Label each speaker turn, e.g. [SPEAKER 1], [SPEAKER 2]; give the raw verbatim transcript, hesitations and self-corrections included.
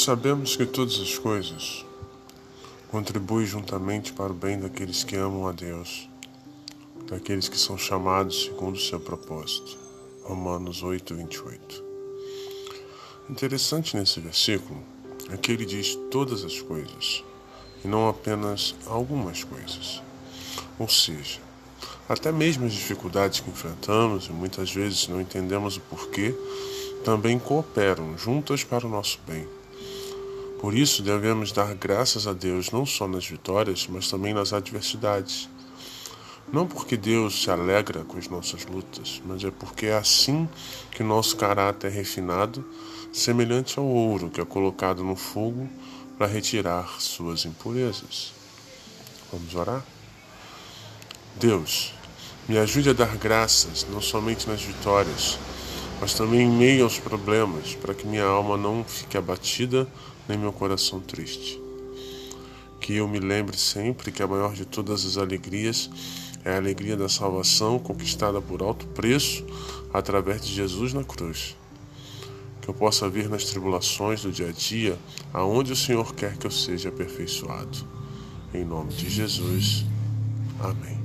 [SPEAKER 1] Sabemos que todas as coisas contribuem juntamente para o bem daqueles que amam a Deus, daqueles que são chamados segundo o seu propósito. Romanos oito, vinte e oito. Interessante nesse versículo é que ele diz todas as coisas, e não apenas algumas coisas. Ou seja, até mesmo as dificuldades que enfrentamos e muitas vezes não entendemos o porquê, também cooperam juntas para o nosso bem. Por isso devemos dar graças a Deus não só nas vitórias, mas também nas adversidades. Não porque Deus se alegra com as nossas lutas, mas é porque é assim que o nosso caráter é refinado, semelhante ao ouro que é colocado no fogo para retirar suas impurezas. Vamos orar? Deus, me ajude a dar graças, não somente nas vitórias, mas também em meio aos problemas, para que minha alma não fique abatida, nem meu coração triste. Que eu me lembre sempre que a maior de todas as alegrias é a alegria da salvação conquistada por alto preço através de Jesus na cruz. Que eu possa vir nas tribulações do dia a dia, aonde o Senhor quer que eu seja aperfeiçoado. Em nome de Jesus. Amém.